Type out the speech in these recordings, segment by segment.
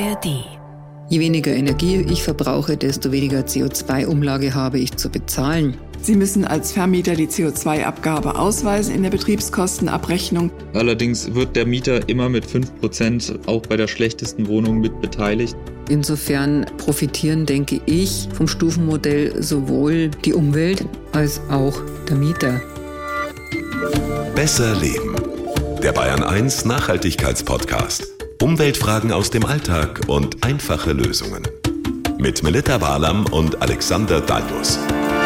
ARD. Je weniger Energie ich verbrauche, desto weniger CO2-Umlage habe ich zu bezahlen. Sie müssen als Vermieter die CO2-Abgabe ausweisen in der Betriebskostenabrechnung. Allerdings wird der Mieter immer mit 5% auch bei der schlechtesten Wohnung mit beteiligt. Insofern profitieren, denke ich, vom Stufenmodell sowohl die Umwelt als auch der Mieter. Besser leben. Der Bayern 1 Nachhaltigkeitspodcast. Umweltfragen aus dem Alltag und einfache Lösungen. Mit Melitta Walam und Alexander Dalmus.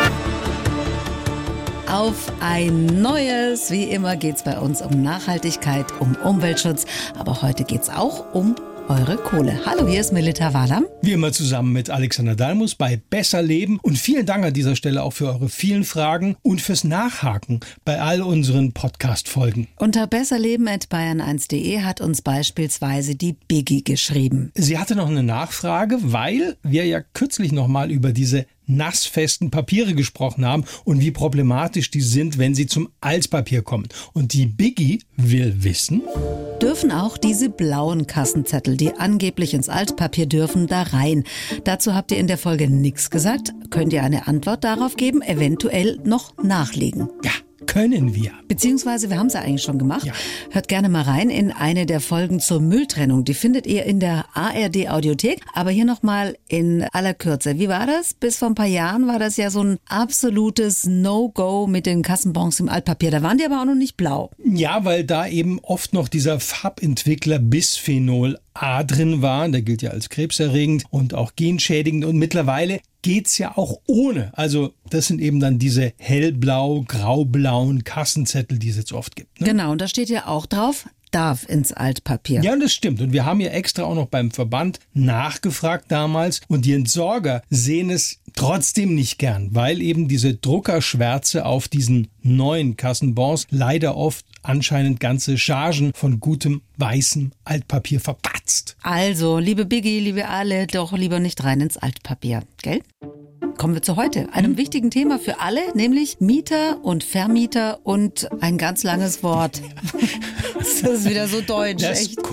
Auf ein neues, wie immer geht's bei uns um Nachhaltigkeit, um Umweltschutz, aber heute geht's auch um eure Kohle. Hallo, hier ist Melitta Walam. Wie immer zusammen mit Alexander Dalmus bei Besser Leben. Und vielen Dank an dieser Stelle auch für eure vielen Fragen und fürs Nachhaken bei all unseren Podcast-Folgen. Unter besserleben@bayern1.de hat uns beispielsweise die Biggie geschrieben. Sie hatte noch eine Nachfrage, weil wir ja kürzlich nochmal über diese nassfesten Papiere gesprochen haben und wie problematisch die sind, wenn sie zum Altpapier kommen. Und die Biggie will wissen: Dürfen auch diese blauen Kassenzettel, die angeblich ins Altpapier dürfen, da rein? Dazu habt ihr in der Folge nichts gesagt. Könnt ihr eine Antwort darauf geben, eventuell noch nachlegen? Ja, können wir. Beziehungsweise, wir haben es ja eigentlich schon gemacht. Ja. Hört gerne mal rein in eine der Folgen zur Mülltrennung. Die findet ihr in der ARD-Audiothek. Aber hier nochmal in aller Kürze. Wie war das? Bis vor ein paar Jahren war das ja so ein absolutes No-Go mit den Kassenbons im Altpapier. Da waren die aber auch noch nicht blau. Ja, weil da eben oft noch dieser Farbentwickler Bisphenol A drin war. Der gilt ja als krebserregend und auch genschädigend. Und mittlerweile geht's ja auch ohne. Also das sind eben dann diese hellblau, graublauen Kassenzettel, die es jetzt oft gibt. Ne? Genau, und da steht ja auch drauf: darf ins Altpapier. Ja, das stimmt. Und wir haben ja extra auch noch beim Verband nachgefragt damals. Und die Entsorger sehen es trotzdem nicht gern, weil eben diese Druckerschwärze auf diesen neuen Kassenbons leider oft anscheinend ganze Chargen von gutem weißem Altpapier verpatzt. Also, liebe Biggie, liebe alle, doch lieber nicht rein ins Altpapier, gell? Kommen wir zu heute, einem wichtigen Thema für alle, nämlich Mieter und Vermieter und ein ganz langes Wort. Das ist wieder so deutsch, Das echt.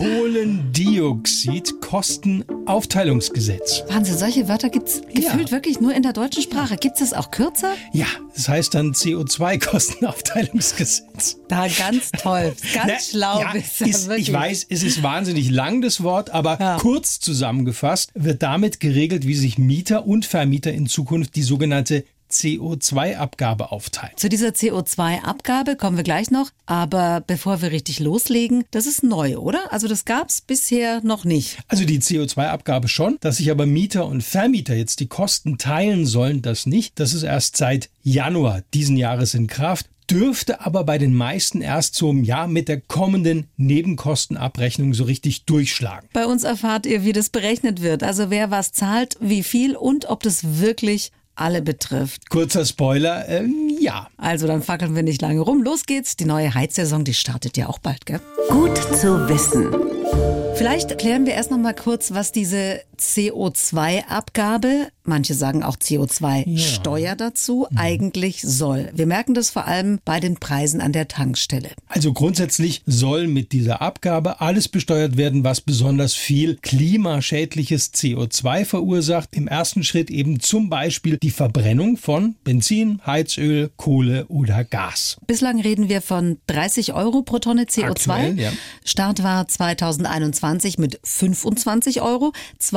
Kohlendioxid-Kostenaufteilungsgesetz. Wahnsinn, solche Wörter gibt's gefühlt wirklich nur in der deutschen Sprache. Gibt's das auch kürzer? Ja, das heißt dann CO2-Kostenaufteilungsgesetz. Da ganz toll, ganz schlau bist du. Ich weiß, es ist wahnsinnig lang, das Wort, aber kurz zusammengefasst wird damit geregelt, wie sich Mieter und Vermieter in Zukunft die sogenannte CO2-Abgabe aufteilen. Zu dieser CO2-Abgabe kommen wir gleich noch, aber bevor wir richtig loslegen, das ist neu, oder? Also das gab's bisher noch nicht. Also die CO2-Abgabe schon, dass sich aber Mieter und Vermieter jetzt die Kosten teilen sollen, das nicht. Das ist erst seit Januar diesen Jahres in Kraft. Dürfte aber bei den meisten erst so im Jahr mit der kommenden Nebenkostenabrechnung so richtig durchschlagen. Bei uns erfahrt ihr, wie das berechnet wird. Also wer was zahlt, wie viel und ob das wirklich alle betrifft. Kurzer Spoiler, ja. Also dann fackeln wir nicht lange rum. Los geht's. Die neue Heizsaison, die startet ja auch bald, gell? Gut zu wissen. Vielleicht erklären wir erst noch mal kurz, was diese CO2-Abgabe, manche sagen auch CO2-Steuer dazu, eigentlich soll. Wir merken das vor allem bei den Preisen an der Tankstelle. Also grundsätzlich soll mit dieser Abgabe alles besteuert werden, was besonders viel klimaschädliches CO2 verursacht. Im ersten Schritt eben zum Beispiel die Verbrennung von Benzin, Heizöl, Kohle oder Gas. Bislang reden wir von 30 € pro Tonne CO2. Aktuell, ja. Start war 2021 mit 25 €.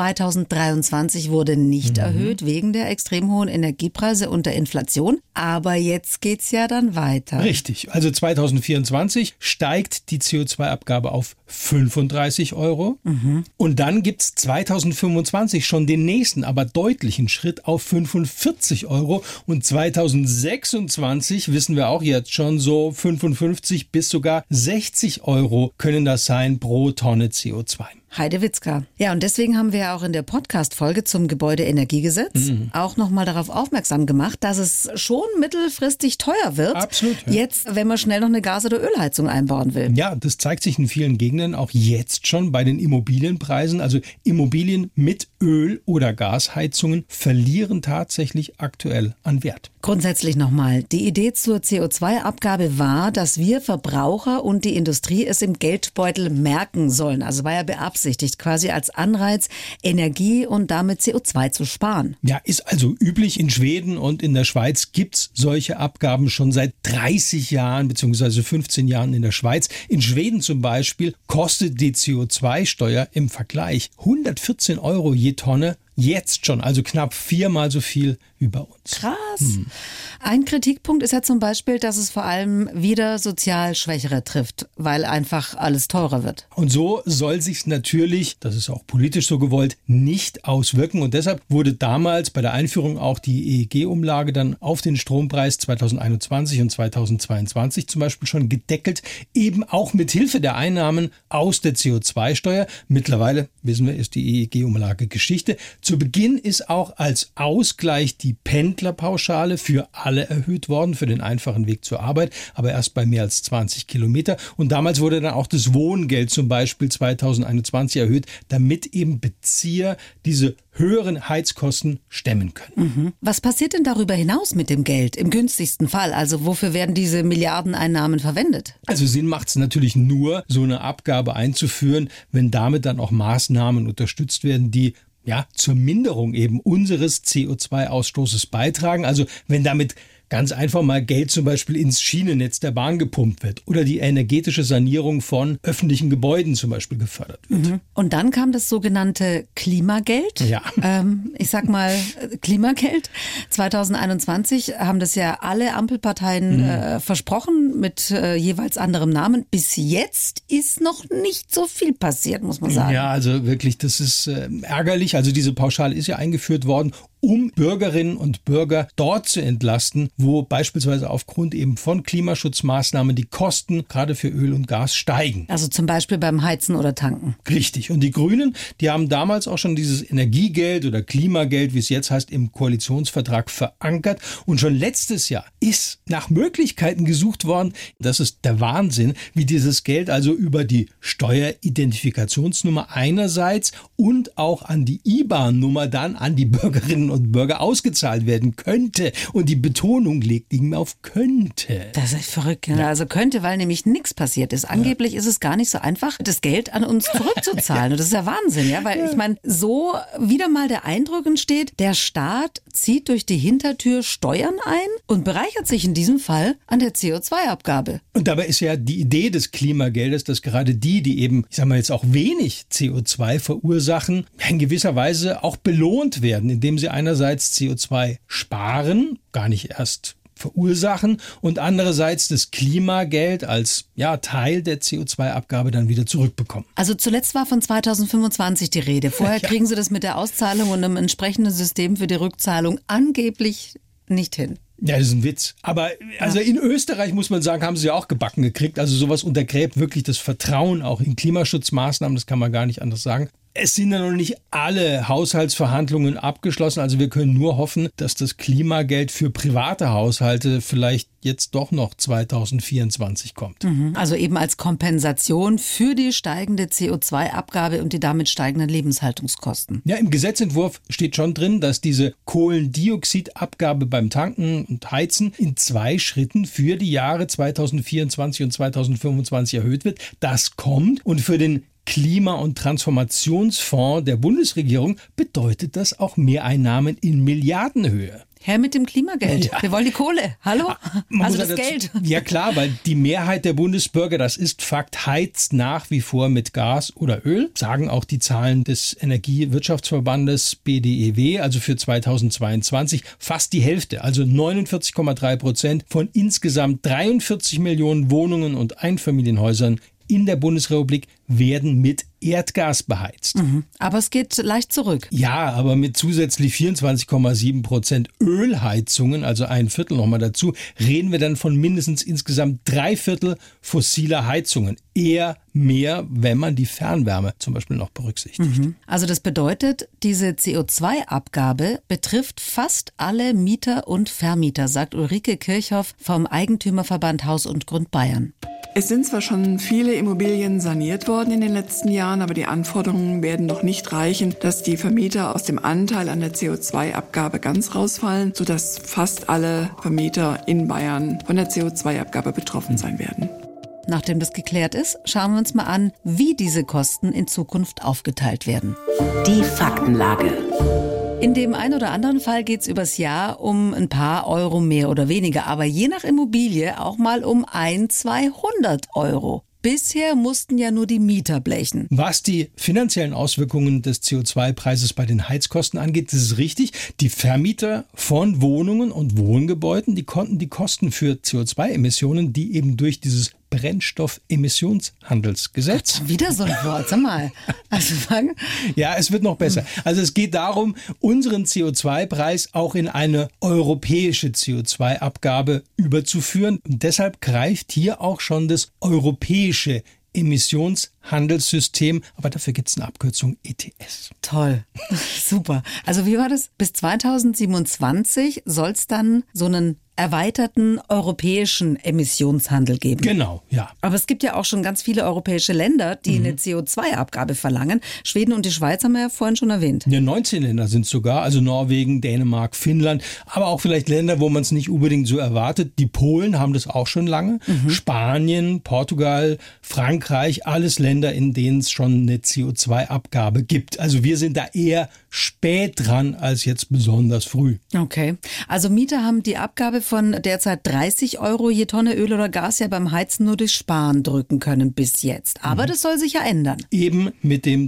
2023 wurde nicht erhöht wegen der extrem hohen Energiepreise und der Inflation. Aber jetzt geht's ja dann weiter. Richtig. Also 2024 steigt die CO2-Abgabe auf 35 €. Und dann gibt's 2025 schon den nächsten, aber deutlichen Schritt auf 45 €. Und 2026 wissen wir auch jetzt schon, so 55 bis sogar 60 € können das sein pro Tonne CO2. Heidewitzka. Ja, und deswegen haben wir ja auch in der Podcast-Folge zum Gebäudeenergiegesetz auch nochmal darauf aufmerksam gemacht, dass es schon mittelfristig teuer wird. Absolut. Ja. Jetzt, wenn man schnell noch eine Gas- oder Ölheizung einbauen will. Ja, das zeigt sich in vielen Gegenden auch jetzt schon bei den Immobilienpreisen. Also Immobilien mit Öl- oder Gasheizungen verlieren tatsächlich aktuell an Wert. Grundsätzlich nochmal, die Idee zur CO2-Abgabe war, dass wir Verbraucher und die Industrie es im Geldbeutel merken sollen. Also war ja beabsichtigt, berücksichtigt, quasi als Anreiz, Energie und damit CO2 zu sparen. Ja, ist also üblich. In Schweden und in der Schweiz gibt's solche Abgaben schon seit 30 Jahren bzw. 15 Jahren in der Schweiz. In Schweden zum Beispiel kostet die CO2-Steuer im Vergleich 114 € je Tonne. Jetzt schon, also knapp 4-mal so viel wie bei uns. Krass. Ein Kritikpunkt ist ja zum Beispiel, dass es vor allem wieder sozial Schwächere trifft, weil einfach alles teurer wird. Und so soll sich's natürlich, das ist auch politisch so gewollt, nicht auswirken. Und deshalb wurde damals bei der Einführung auch die EEG-Umlage dann auf den Strompreis 2021 und 2022 zum Beispiel schon gedeckelt, eben auch mit Hilfe der Einnahmen aus der CO2-Steuer. Mittlerweile, wissen wir, ist die EEG-Umlage Geschichte. Zu Beginn ist auch als Ausgleich die Pendlerpauschale für alle erhöht worden, für den einfachen Weg zur Arbeit, aber erst bei mehr als 20 Kilometer. Und damals wurde dann auch das Wohngeld zum Beispiel 2021 erhöht, damit eben Bezieher diese höheren Heizkosten stemmen können. Was passiert denn darüber hinaus mit dem Geld im günstigsten Fall? Also wofür werden diese Milliardeneinnahmen verwendet? Also Sinn macht es natürlich nur, so eine Abgabe einzuführen, wenn damit dann auch Maßnahmen unterstützt werden, die zur Minderung eben unseres CO2-Ausstoßes beitragen. Also wenn damit ganz einfach mal Geld zum Beispiel ins Schienennetz der Bahn gepumpt wird oder die energetische Sanierung von öffentlichen Gebäuden zum Beispiel gefördert wird. Und dann kam das sogenannte Klimageld. Ja. Ich sag mal Klimageld. 2021 haben das ja alle Ampelparteien versprochen mit jeweils anderem Namen. Bis jetzt ist noch nicht so viel passiert, muss man sagen. Ja, also wirklich, das ist ärgerlich. Also diese Pauschale ist ja eingeführt worden, um Bürgerinnen und Bürger dort zu entlasten, wo beispielsweise aufgrund eben von Klimaschutzmaßnahmen die Kosten gerade für Öl und Gas steigen. Also zum Beispiel beim Heizen oder Tanken. Richtig. Und die Grünen, die haben damals auch schon dieses Energiegeld oder Klimageld, wie es jetzt heißt, im Koalitionsvertrag verankert. Und schon letztes Jahr ist nach Möglichkeiten gesucht worden. Das ist der Wahnsinn, wie dieses Geld also über die Steueridentifikationsnummer einerseits und auch an die IBAN-Nummer dann an die Bürgerinnen und Bürger ausgezahlt werden könnte. Und die Betonung legt eben auf könnte. Das ist echt verrückt. Ja. Also könnte, weil nämlich nichts passiert ist. Angeblich ist es gar nicht so einfach, das Geld an uns zurückzuzahlen. Und das ist ja Wahnsinn, ja, weil ich meine, so wieder mal der Eindruck entsteht, der Staat zieht durch die Hintertür Steuern ein und bereichert sich in diesem Fall an der CO2-Abgabe. Und dabei ist ja die Idee des Klimageldes, dass gerade die eben, ich sag mal jetzt auch wenig CO2 verursachen, in gewisser Weise auch belohnt werden, indem sie einerseits CO2 sparen, gar nicht erst verursachen und andererseits das Klimageld als Teil der CO2-Abgabe dann wieder zurückbekommen. Also zuletzt war von 2025 die Rede. Vorher kriegen sie das mit der Auszahlung und einem entsprechenden System für die Rückzahlung angeblich nicht hin. Ja, das ist ein Witz. Aber also in Österreich, muss man sagen, haben sie ja auch gebacken gekriegt. Also sowas untergräbt wirklich das Vertrauen auch in Klimaschutzmaßnahmen. Das kann man gar nicht anders sagen. Es sind ja noch nicht alle Haushaltsverhandlungen abgeschlossen. Also wir können nur hoffen, dass das Klimageld für private Haushalte vielleicht jetzt doch noch 2024 kommt. Also eben als Kompensation für die steigende CO2-Abgabe und die damit steigenden Lebenshaltungskosten. Ja, im Gesetzentwurf steht schon drin, dass diese Kohlendioxidabgabe beim Tanken und Heizen in 2 Schritten für die Jahre 2024 und 2025 erhöht wird. Das kommt und für den Klima- und Transformationsfonds der Bundesregierung bedeutet das auch Mehreinnahmen in Milliardenhöhe. Her mit dem Klimageld. Ja. Wir wollen die Kohle. Hallo? Also das Geld. Ja klar, weil die Mehrheit der Bundesbürger, das ist Fakt, heizt nach wie vor mit Gas oder Öl. Sagen auch die Zahlen des Energiewirtschaftsverbandes BDEW, also für 2022 fast die Hälfte, also 49,3% von insgesamt 43 Millionen Wohnungen und Einfamilienhäusern in der Bundesrepublik werden mit Erdgas beheizt. Aber es geht leicht zurück. Ja, aber mit zusätzlich 24,7% Ölheizungen, also 1/4 nochmal dazu, reden wir dann von mindestens insgesamt 3/4 fossiler Heizungen. Eher mehr, wenn man die Fernwärme zum Beispiel noch berücksichtigt. Also das bedeutet, diese CO2-Abgabe betrifft fast alle Mieter und Vermieter, sagt Ulrike Kirchhoff vom Eigentümerverband Haus und Grund Bayern. Es sind zwar schon viele Immobilien saniert worden in den letzten Jahren, aber die Anforderungen werden noch nicht reichen, dass die Vermieter aus dem Anteil an der CO2-Abgabe ganz rausfallen, sodass fast alle Vermieter in Bayern von der CO2-Abgabe betroffen sein werden. Nachdem das geklärt ist, schauen wir uns mal an, wie diese Kosten in Zukunft aufgeteilt werden. Die Faktenlage. In dem einen oder anderen Fall geht es übers Jahr um ein paar Euro mehr oder weniger, aber je nach Immobilie auch mal um 200 Euro. Bisher mussten ja nur die Mieter blechen. Was die finanziellen Auswirkungen des CO2-Preises bei den Heizkosten angeht, das ist richtig. Die Vermieter von Wohnungen und Wohngebäuden, die konnten die Kosten für CO2-Emissionen, die eben durch dieses Brennstoffemissionshandelsgesetz. Wieder so ein Wort, sag mal. Also sagen? Ja, es wird noch besser. Also es geht darum, unseren CO2-Preis auch in eine europäische CO2-Abgabe überzuführen. Und deshalb greift hier auch schon das europäische Emissionshandelssystem, aber dafür gibt es eine Abkürzung ETS. Toll, super. Also wie war das? Bis 2027 soll es dann so einen erweiterten europäischen Emissionshandel geben. Genau, ja. Aber es gibt ja auch schon ganz viele europäische Länder, die eine CO2-Abgabe verlangen. Schweden und die Schweiz haben wir ja vorhin schon erwähnt. Ja, 19 Länder sind es sogar, also Norwegen, Dänemark, Finnland, aber auch vielleicht Länder, wo man es nicht unbedingt so erwartet. Die Polen haben das auch schon lange. Spanien, Portugal, Frankreich, alles Länder, in denen es schon eine CO2-Abgabe gibt. Also wir sind da eher spät dran als jetzt besonders früh. Okay, also Mieter haben die Abgabe von derzeit 30 Euro je Tonne Öl oder Gas ja beim Heizen nur durch Sparen drücken können bis jetzt. Aber das soll sich ja ändern. Eben mit dem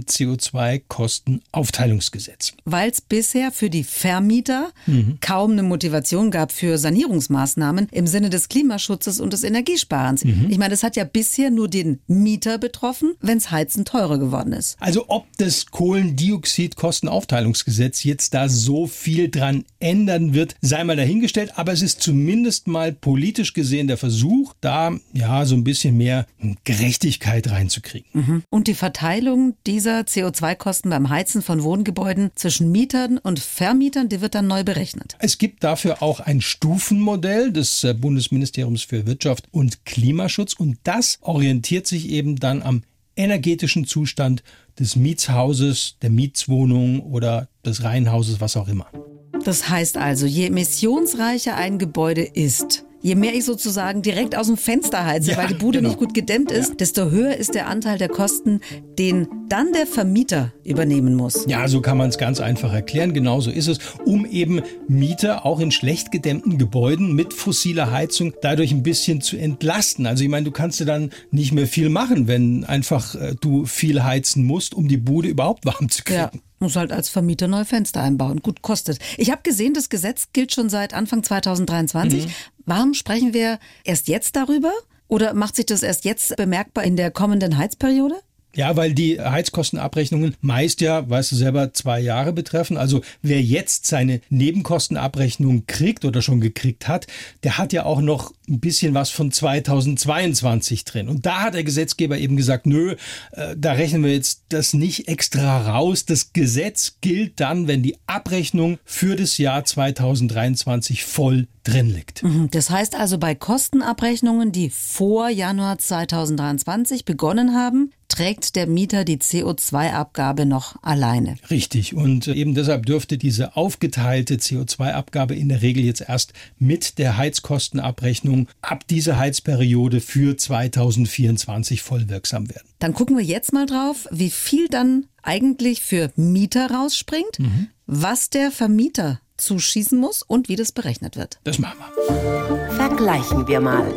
CO2-Kostenaufteilungsgesetz. Weil es bisher für die Vermieter kaum eine Motivation gab für Sanierungsmaßnahmen im Sinne des Klimaschutzes und des Energiesparens. Ich meine, das hat ja bisher nur den Mieter betroffen, wenns Heizen teurer geworden ist. Also ob das Kohlendioxid-Kostenaufteilungsgesetz jetzt da so viel dran ändern wird, sei mal dahingestellt. Aber es ist zumindest mal politisch gesehen der Versuch, da ja so ein bisschen mehr Gerechtigkeit reinzukriegen. Und die Verteilung dieser CO2-Kosten beim Heizen von Wohngebäuden zwischen Mietern und Vermietern, die wird dann neu berechnet. Es gibt dafür auch ein Stufenmodell des Bundesministeriums für Wirtschaft und Klimaschutz und das orientiert sich eben dann am energetischen Zustand des Mietshauses, der Mietswohnung oder des Reihenhauses, was auch immer. Das heißt also, je emissionsreicher ein Gebäude ist, je mehr ich sozusagen direkt aus dem Fenster heize, weil die Bude nicht gut gedämmt ist, desto höher ist der Anteil der Kosten, den dann der Vermieter übernehmen muss. Ja, so kann man es ganz einfach erklären. Genauso ist es, um eben Mieter auch in schlecht gedämmten Gebäuden mit fossiler Heizung dadurch ein bisschen zu entlasten. Also ich meine, du kannst ja dann nicht mehr viel machen, wenn einfach du viel heizen musst, um die Bude überhaupt warm zu kriegen. Ja. Muss halt als Vermieter neue Fenster einbauen. Gut, kostet. Ich habe gesehen, das Gesetz gilt schon seit Anfang 2023. Warum sprechen wir erst jetzt darüber? Oder macht sich das erst jetzt bemerkbar in der kommenden Heizperiode? Ja, weil die Heizkostenabrechnungen meist ja, weißt du selber, 2 Jahre betreffen. Also wer jetzt seine Nebenkostenabrechnung kriegt oder schon gekriegt hat, der hat ja auch noch ein bisschen was von 2022 drin. Und da hat der Gesetzgeber eben gesagt, nö, da rechnen wir jetzt das nicht extra raus. Das Gesetz gilt dann, wenn die Abrechnung für das Jahr 2023 voll drin liegt. Das heißt also, bei Kostenabrechnungen, die vor Januar 2023 begonnen haben, trägt der Mieter die CO2-Abgabe noch alleine. Richtig. Und eben deshalb dürfte diese aufgeteilte CO2-Abgabe in der Regel jetzt erst mit der Heizkostenabrechnung ab dieser Heizperiode für 2024 voll wirksam werden. Dann gucken wir jetzt mal drauf, wie viel dann eigentlich für Mieter rausspringt, was der Vermieter zuschießen muss und wie das berechnet wird. Das machen wir. Vergleichen wir mal.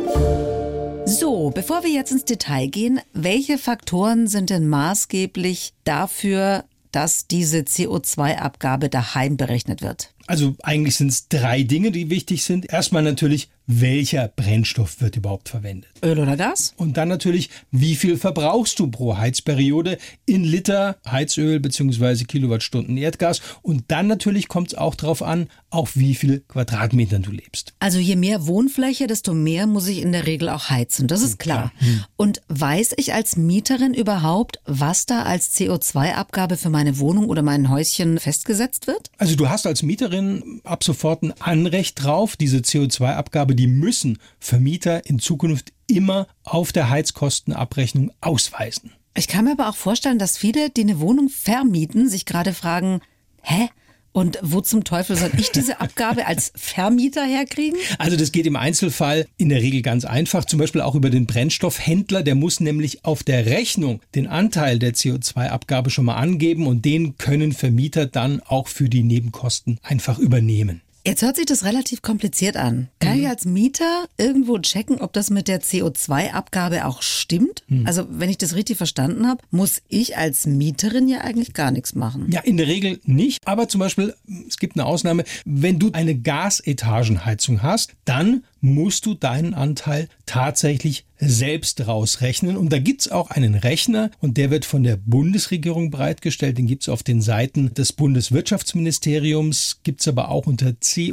So, bevor wir jetzt ins Detail gehen, welche Faktoren sind denn maßgeblich dafür, dass diese CO2-Abgabe daheim berechnet wird? Also eigentlich sind es 3 Dinge, die wichtig sind. Erstmal natürlich, welcher Brennstoff wird überhaupt verwendet? Öl oder Gas? Und dann natürlich, wie viel verbrauchst du pro Heizperiode in Liter Heizöl bzw. Kilowattstunden Erdgas? Und dann natürlich kommt es auch darauf an, auf wie viel Quadratmetern du lebst. Also je mehr Wohnfläche, desto mehr muss ich in der Regel auch heizen. Das ist klar. Und weiß ich als Mieterin überhaupt, was da als CO2-Abgabe für meine Wohnung oder mein Häuschen festgesetzt wird? Also du hast als Mieterin ab sofort ein Anrecht drauf. Diese CO2-Abgabe, die müssen Vermieter in Zukunft immer auf der Heizkostenabrechnung ausweisen. Ich kann mir aber auch vorstellen, dass viele, die eine Wohnung vermieten, sich gerade fragen, Und wo zum Teufel soll ich diese Abgabe als Vermieter herkriegen? Also das geht im Einzelfall in der Regel ganz einfach, zum Beispiel auch über den Brennstoffhändler. Der muss nämlich auf der Rechnung den Anteil der CO2-Abgabe schon mal angeben und den können Vermieter dann auch für die Nebenkosten einfach übernehmen. Jetzt hört sich das relativ kompliziert an. Kann ich als Mieter irgendwo checken, ob das mit der CO2-Abgabe auch stimmt? Also wenn ich das richtig verstanden habe, muss ich als Mieterin ja eigentlich gar nichts machen. Ja, in der Regel nicht. Aber zum Beispiel, es gibt eine Ausnahme, wenn du eine Gasetagenheizung hast, dann musst du deinen Anteil tatsächlich selbst rausrechnen. Und da gibt's auch einen Rechner und der wird von der Bundesregierung bereitgestellt. Den gibt's auf den Seiten des Bundeswirtschaftsministeriums, gibt's aber auch unter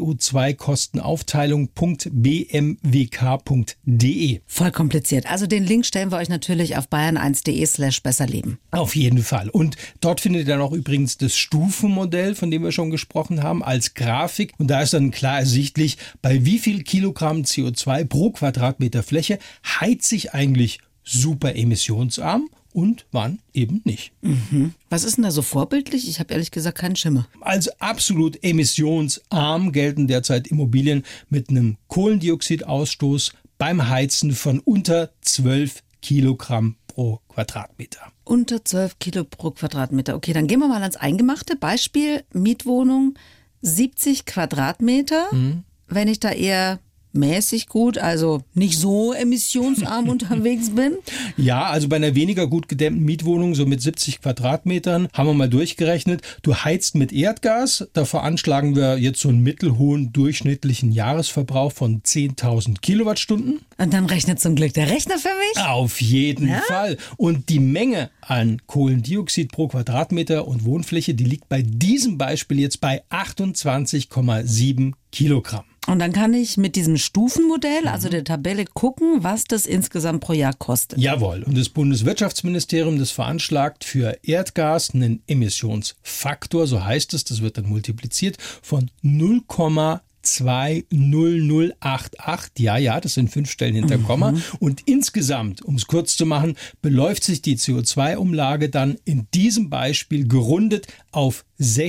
co2kostenaufteilung.bmwk.de. Voll kompliziert. Also den Link stellen wir euch natürlich auf bayern1.de/besserleben. Auf jeden Fall. Und dort findet ihr dann auch übrigens das Stufenmodell, von dem wir schon gesprochen haben, als Grafik. Und da ist dann klar ersichtlich, bei wie viel Kilogramm CO2 pro Quadratmeter Fläche heizt sich eigentlich super emissionsarm und wann eben nicht. Was ist denn da so vorbildlich? Ich habe ehrlich gesagt keinen Schimmer. Als absolut emissionsarm gelten derzeit Immobilien mit einem Kohlendioxidausstoß beim Heizen von unter 12 Kilogramm pro Quadratmeter. Unter 12 Kilo pro Quadratmeter. Okay, dann gehen wir mal ans Eingemachte. Beispiel Mietwohnung 70 Quadratmeter. Wenn ich da eher mäßig gut, also nicht so emissionsarm unterwegs bin? Ja, also bei einer weniger gut gedämmten Mietwohnung, so mit 70 Quadratmetern, haben wir mal durchgerechnet. Du heizt mit Erdgas, da veranschlagen wir jetzt so einen mittelhohen durchschnittlichen Jahresverbrauch von 10.000 Kilowattstunden. Und dann rechnet zum Glück der Rechner für mich? Auf jeden Fall. Und die Menge an Kohlendioxid pro Quadratmeter und Wohnfläche, die liegt bei diesem Beispiel jetzt bei 28,7 Kilogramm. Und dann kann ich mit diesem Stufenmodell, also der Tabelle, gucken, was das insgesamt pro Jahr kostet. Jawohl. Und das Bundeswirtschaftsministerium, das veranschlagt für Erdgas einen Emissionsfaktor, so heißt es, das wird dann multipliziert, von 0,20088. Ja, das sind 5 Stellen hinter Komma. Und insgesamt, um es kurz zu machen, beläuft sich die CO2-Umlage dann in diesem Beispiel gerundet auf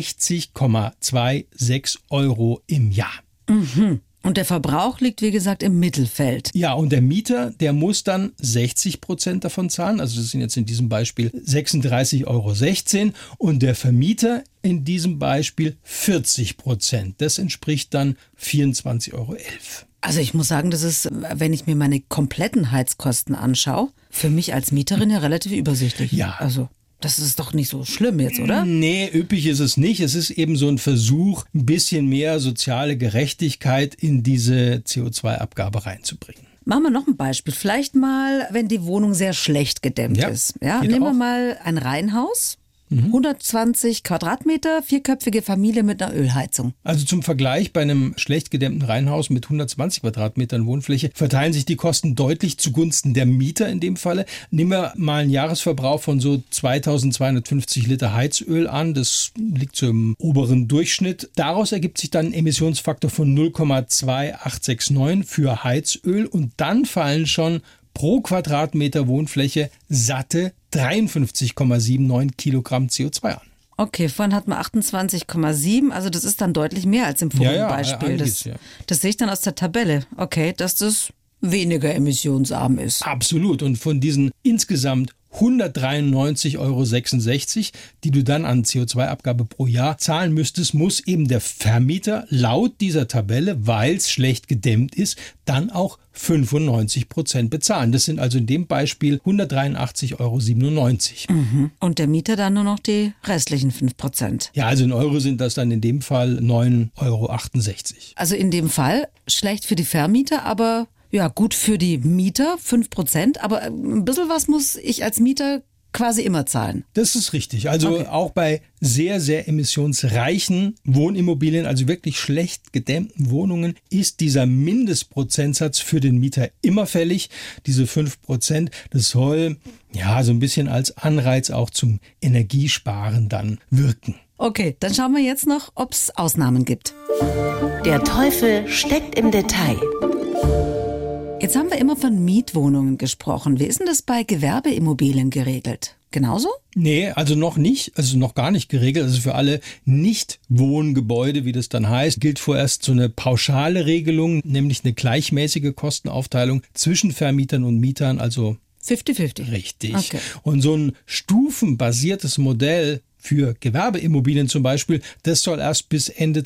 60,26 € im Ja,. Und der Verbrauch liegt, wie gesagt, im Mittelfeld. Ja, und der Mieter, der muss dann 60% davon zahlen. Also das sind jetzt in diesem Beispiel 36,16 € und der Vermieter in diesem Beispiel 40%. Das entspricht dann 24,11 €. Also ich muss sagen, das ist, wenn ich mir meine kompletten Heizkosten anschaue, für mich als Mieterin ja relativ übersichtlich. Ja. Also das ist doch nicht so schlimm jetzt, oder? Nee, üppig ist es nicht. Es ist eben so ein Versuch, ein bisschen mehr soziale Gerechtigkeit in diese CO2-Abgabe reinzubringen. Machen wir noch ein Beispiel. Vielleicht mal, wenn die Wohnung sehr schlecht gedämmt ist. Ja, nehmen wir mal ein Reihenhaus. 120 Quadratmeter, 4köpfige Familie mit einer Ölheizung. Also zum Vergleich, bei einem schlecht gedämmten Reihenhaus mit 120 Quadratmetern Wohnfläche verteilen sich die Kosten deutlich zugunsten der Mieter in dem Falle. Nehmen wir mal einen Jahresverbrauch von so 2250 Liter Heizöl an. Das liegt so im oberen Durchschnitt. Daraus ergibt sich dann ein Emissionsfaktor von 0,2869 für Heizöl und dann fallen schon pro Quadratmeter Wohnfläche satte 53,79 Kilogramm CO2 an. Okay, vorhin hatten wir 28,7, also das ist dann deutlich mehr als im vorigen Beispiel. Das sehe ich dann aus der Tabelle. Okay, dass das weniger emissionsarm ist. Absolut. Und von diesen insgesamt 193,66 €, die du dann an CO2-Abgabe pro Jahr zahlen müsstest, muss eben der Vermieter laut dieser Tabelle, weil es schlecht gedämmt ist, dann auch 95% bezahlen. Das sind also in dem Beispiel 183,97 €. Und der Mieter dann nur noch die restlichen 5%. Ja, also in Euro sind das dann in dem Fall 9,68 €. Also in dem Fall schlecht für die Vermieter, aber ja, gut für die Mieter, 5%, aber ein bisschen was muss ich als Mieter quasi immer zahlen. Das ist richtig. Also auch bei sehr, sehr emissionsreichen Wohnimmobilien, also wirklich schlecht gedämmten Wohnungen, ist dieser Mindestprozentsatz für den Mieter immer fällig. Diese 5%, das soll ja so ein bisschen als Anreiz auch zum Energiesparen dann wirken. Okay, dann schauen wir jetzt noch, ob es Ausnahmen gibt. Der Teufel steckt im Detail. Jetzt haben wir immer von Mietwohnungen gesprochen. Wie ist denn das bei Gewerbeimmobilien geregelt? Genauso? Nee, also noch nicht, also noch gar nicht geregelt. Also für alle Nicht-Wohngebäude, wie das dann heißt, gilt vorerst so eine pauschale Regelung, nämlich eine gleichmäßige Kostenaufteilung zwischen Vermietern und Mietern, also 50-50. Richtig. Okay. Und so ein stufenbasiertes Modell für Gewerbeimmobilien zum Beispiel, das soll erst bis Ende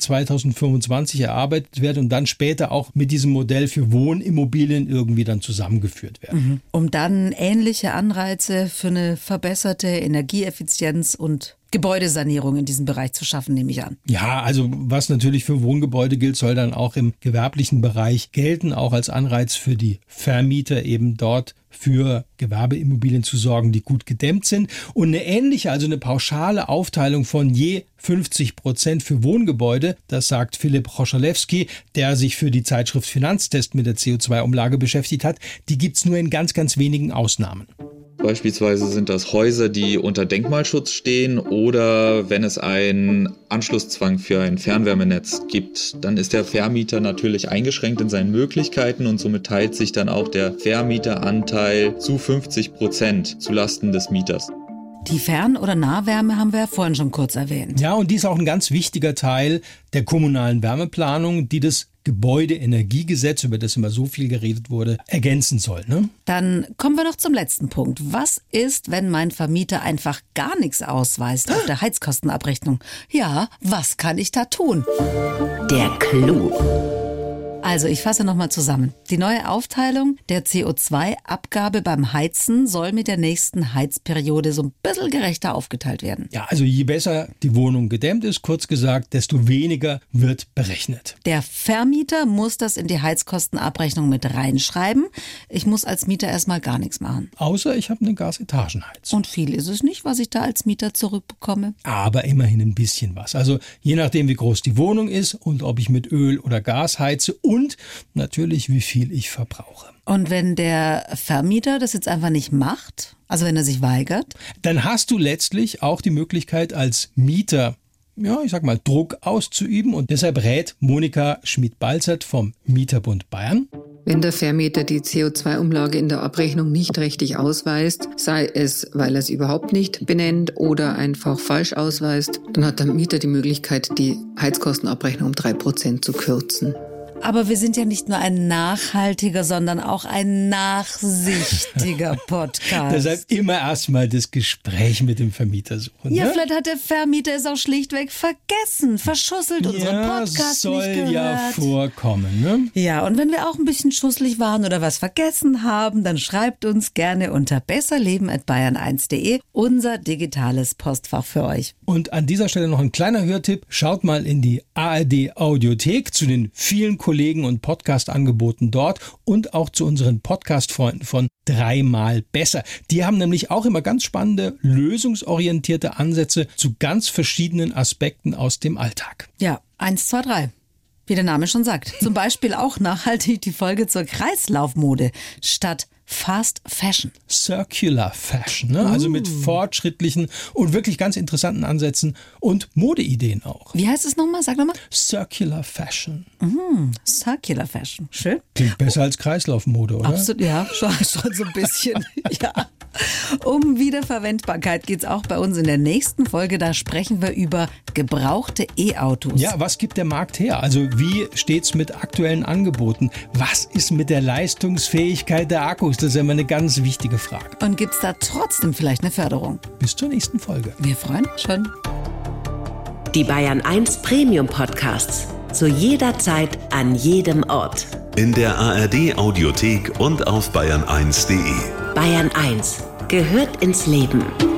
2025 erarbeitet werden und dann später auch mit diesem Modell für Wohnimmobilien irgendwie dann zusammengeführt werden. Um dann ähnliche Anreize für eine verbesserte Energieeffizienz und Gebäudesanierung in diesem Bereich zu schaffen, nehme ich an. Ja, also was natürlich für Wohngebäude gilt, soll dann auch im gewerblichen Bereich gelten, auch als Anreiz für die Vermieter eben dort für Gewerbeimmobilien zu sorgen, die gut gedämmt sind. Und eine ähnliche, also eine pauschale Aufteilung von je 50% für Wohngebäude, das sagt Philipp Roschalewski, der sich für die Zeitschrift Finanztest mit der CO2-Umlage beschäftigt hat, die gibt's nur in ganz, ganz wenigen Ausnahmen. Beispielsweise sind das Häuser, die unter Denkmalschutz stehen, oder wenn es einen Anschlusszwang für ein Fernwärmenetz gibt, dann ist der Vermieter natürlich eingeschränkt in seinen Möglichkeiten und somit teilt sich dann auch der Vermieteranteil zu 50% zulasten des Mieters. Die Fern- oder Nahwärme haben wir ja vorhin schon kurz erwähnt. Ja, und die ist auch ein ganz wichtiger Teil der kommunalen Wärmeplanung, die das Gebäudeenergiegesetz, über das immer so viel geredet wurde, ergänzen soll. Ne? Dann kommen wir noch zum letzten Punkt. Was ist, wenn mein Vermieter einfach gar nichts ausweist auf der Heizkostenabrechnung? Ja, was kann ich da tun? Der Clou. Also, ich fasse nochmal zusammen. Die neue Aufteilung der CO2-Abgabe beim Heizen soll mit der nächsten Heizperiode so ein bisschen gerechter aufgeteilt werden. Ja, also je besser die Wohnung gedämmt ist, kurz gesagt, desto weniger wird berechnet. Der Vermieter muss das in die Heizkostenabrechnung mit reinschreiben. Ich muss als Mieter erstmal gar nichts machen. Außer ich habe eine Gasetagenheizung. Und viel ist es nicht, was ich da als Mieter zurückbekomme. Aber immerhin ein bisschen was. Also je nachdem, wie groß die Wohnung ist und ob ich mit Öl oder Gas heize und natürlich, wie viel ich verbrauche. Und wenn der Vermieter das jetzt einfach nicht macht, also wenn er sich weigert? Dann hast du letztlich auch die Möglichkeit als Mieter, ja, ich sag mal, Druck auszuüben. Und deshalb rät Monika Schmid-Balzert vom Mieterbund Bayern: Wenn der Vermieter die CO2-Umlage in der Abrechnung nicht richtig ausweist, sei es, weil er es überhaupt nicht benennt oder einfach falsch ausweist, dann hat der Mieter die Möglichkeit, die Heizkostenabrechnung um 3% zu kürzen. Aber wir sind ja nicht nur ein nachhaltiger, sondern auch ein nachsichtiger Podcast. Deshalb immer erstmal das Gespräch mit dem Vermieter suchen. Ja, ne? vielleicht hat der Vermieter es auch schlichtweg vergessen, verschusselt, unseren Podcast soll nicht gehört. ja vorkommen. Ne? Ja, und wenn wir auch ein bisschen schusselig waren oder was vergessen haben, dann schreibt uns gerne unter besserleben@bayern1.de, unser digitales Postfach für euch. Und an dieser Stelle noch ein kleiner Hörtipp. Schaut mal in die ARD-Audiothek zu den vielen Kollegen und Podcast-Angeboten dort und auch zu unseren Podcast-Freunden von Dreimal Besser. Die haben nämlich auch immer ganz spannende, lösungsorientierte Ansätze zu ganz verschiedenen Aspekten aus dem Alltag. Ja, 1, 2, 3. Wie der Name schon sagt. Zum Beispiel auch nachhaltig die Folge zur Kreislaufmode statt Fast Fashion. Circular Fashion, ne? Also mit fortschrittlichen und wirklich ganz interessanten Ansätzen und Modeideen auch. Wie heißt es nochmal? Sag nochmal. Circular Fashion. Circular Fashion. Schön. Klingt besser als Kreislaufmode, oder? Absolut, ja, schon so ein bisschen. Ja. Um Wiederverwendbarkeit geht es auch bei uns in der nächsten Folge. Da sprechen wir über gebrauchte E-Autos. Ja, was gibt der Markt her? Also wie steht's mit aktuellen Angeboten? Was ist mit der Leistungsfähigkeit der Akkus? Das ist immer eine ganz wichtige Frage. Und gibt es da trotzdem vielleicht eine Förderung? Bis zur nächsten Folge. Wir freuen uns schon. Die Bayern 1 Premium Podcasts. Zu jeder Zeit, an jedem Ort. In der ARD-Audiothek und auf bayern1.de. Bayern 1 gehört ins Leben.